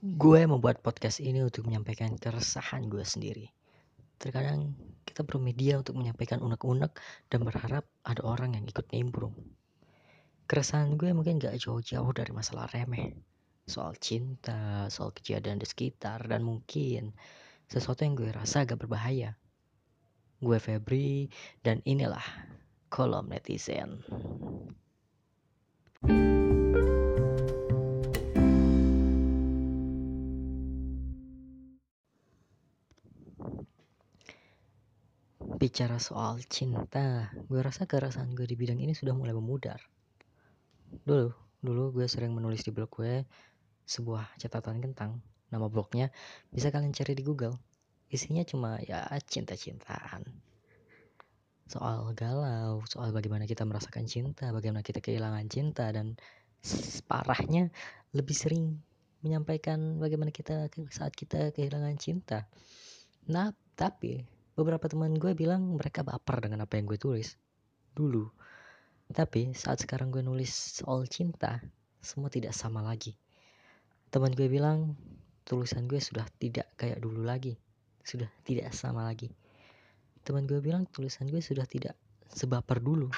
Gue membuat podcast ini untuk menyampaikan keresahan gue sendiri. Terkadang kita perlu media untuk menyampaikan unek-unek dan berharap ada orang yang ikut nimbrung. Keresahan gue mungkin gak jauh-jauh dari masalah remeh. Soal cinta, soal kejadian di sekitar, dan mungkin sesuatu yang gue rasa agak berbahaya. Gue Febri, dan inilah Kolom Netizen. Bicara soal cinta, gue rasa keresahan gue di bidang ini sudah mulai memudar. Dulu gue sering menulis di blog gue sebuah catatan kentang. Nama blognya bisa kalian cari di Google. Isinya cuma ya cinta-cintaan. Soal galau, soal bagaimana kita merasakan cinta, bagaimana kita kehilangan cinta, dan parahnya lebih sering menyampaikan bagaimana kita saat kita kehilangan cinta. Nah, tapi beberapa teman gue bilang mereka baper dengan apa yang gue tulis dulu. Tapi saat sekarang gue nulis soal cinta, semua tidak sama lagi. Teman gue bilang tulisan gue sudah tidak kayak dulu lagi, sudah tidak sama lagi. Teman gue bilang tulisan gue sudah tidak sebaper dulu.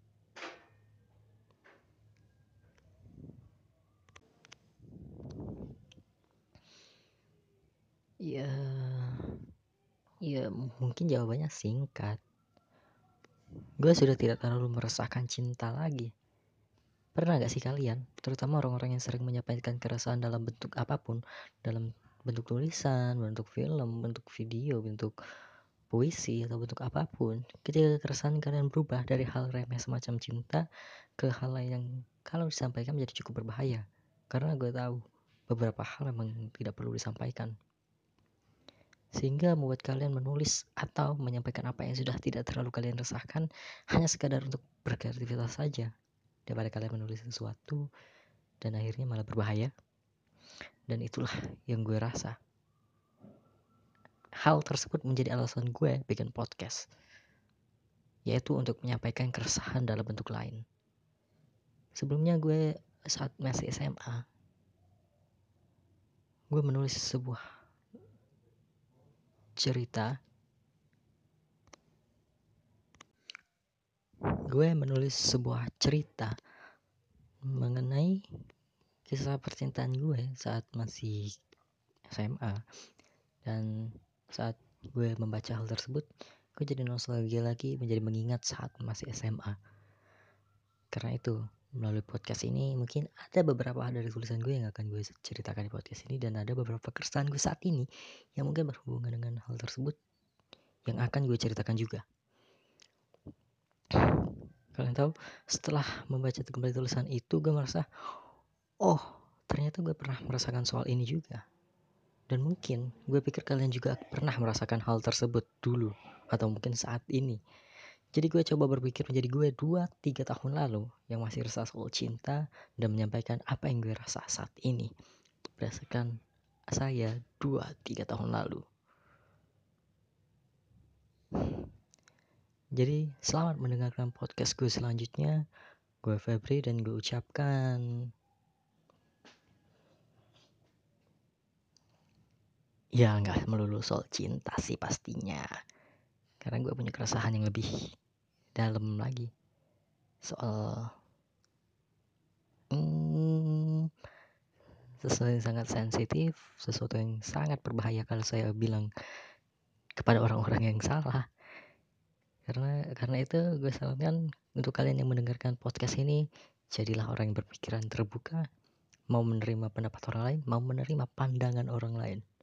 Ya mungkin jawabannya singkat. Gue sudah tidak terlalu merasakan cinta lagi. Pernah gak sih kalian, terutama orang-orang yang sering menyampaikan keresahan dalam bentuk apapun, dalam bentuk tulisan, bentuk film, bentuk video, bentuk puisi, atau bentuk apapun, ketika keresahan kalian berubah dari hal remeh semacam cinta ke hal lain yang kalau disampaikan menjadi cukup berbahaya. Karena gue tahu beberapa hal memang tidak perlu disampaikan, sehingga membuat kalian menulis atau menyampaikan apa yang sudah tidak terlalu kalian resahkan hanya sekadar untuk berkreativitas saja, daripada kalian menulis sesuatu dan akhirnya malah berbahaya. Dan itulah yang gue rasa. Hal tersebut menjadi alasan gue bikin podcast, yaitu untuk menyampaikan keresahan dalam bentuk lain. Sebelumnya gue saat masih SMA, gue menulis sebuah cerita. Gue menulis sebuah cerita mengenai kisah percintaan gue saat masih SMA. Dan saat gue membaca hal tersebut, gue jadi nostalgia lagi, menjadi mengingat saat masih SMA. Karena itu, melalui podcast ini mungkin ada beberapa hal dari tulisan gue yang akan gue ceritakan di podcast ini, dan ada beberapa keresahan gue saat ini yang mungkin berhubungan dengan hal tersebut yang akan gue ceritakan juga. Kalian tahu, setelah membaca kembali tulisan itu, gue merasa, oh ternyata gue pernah merasakan soal ini juga. Dan mungkin gue pikir kalian juga pernah merasakan hal tersebut dulu, atau mungkin saat ini. Jadi gue coba berpikir menjadi gue 2-3 tahun lalu yang masih resah soal cinta, dan menyampaikan apa yang gue rasa saat ini berdasarkan saya 2-3 tahun lalu. Jadi selamat mendengarkan podcast gue selanjutnya. Gue Febri, dan gue ucapkan ya gak melulu soal cinta sih pastinya, karena gue punya keresahan yang lebih dalam lagi soal sesuatu yang sangat sensitif, sesuatu yang sangat berbahaya kalau saya bilang kepada orang-orang yang salah. Karena itu gue sarankan untuk kalian yang mendengarkan podcast ini, jadilah orang yang berpikiran terbuka, mau menerima pendapat orang lain, mau menerima pandangan orang lain.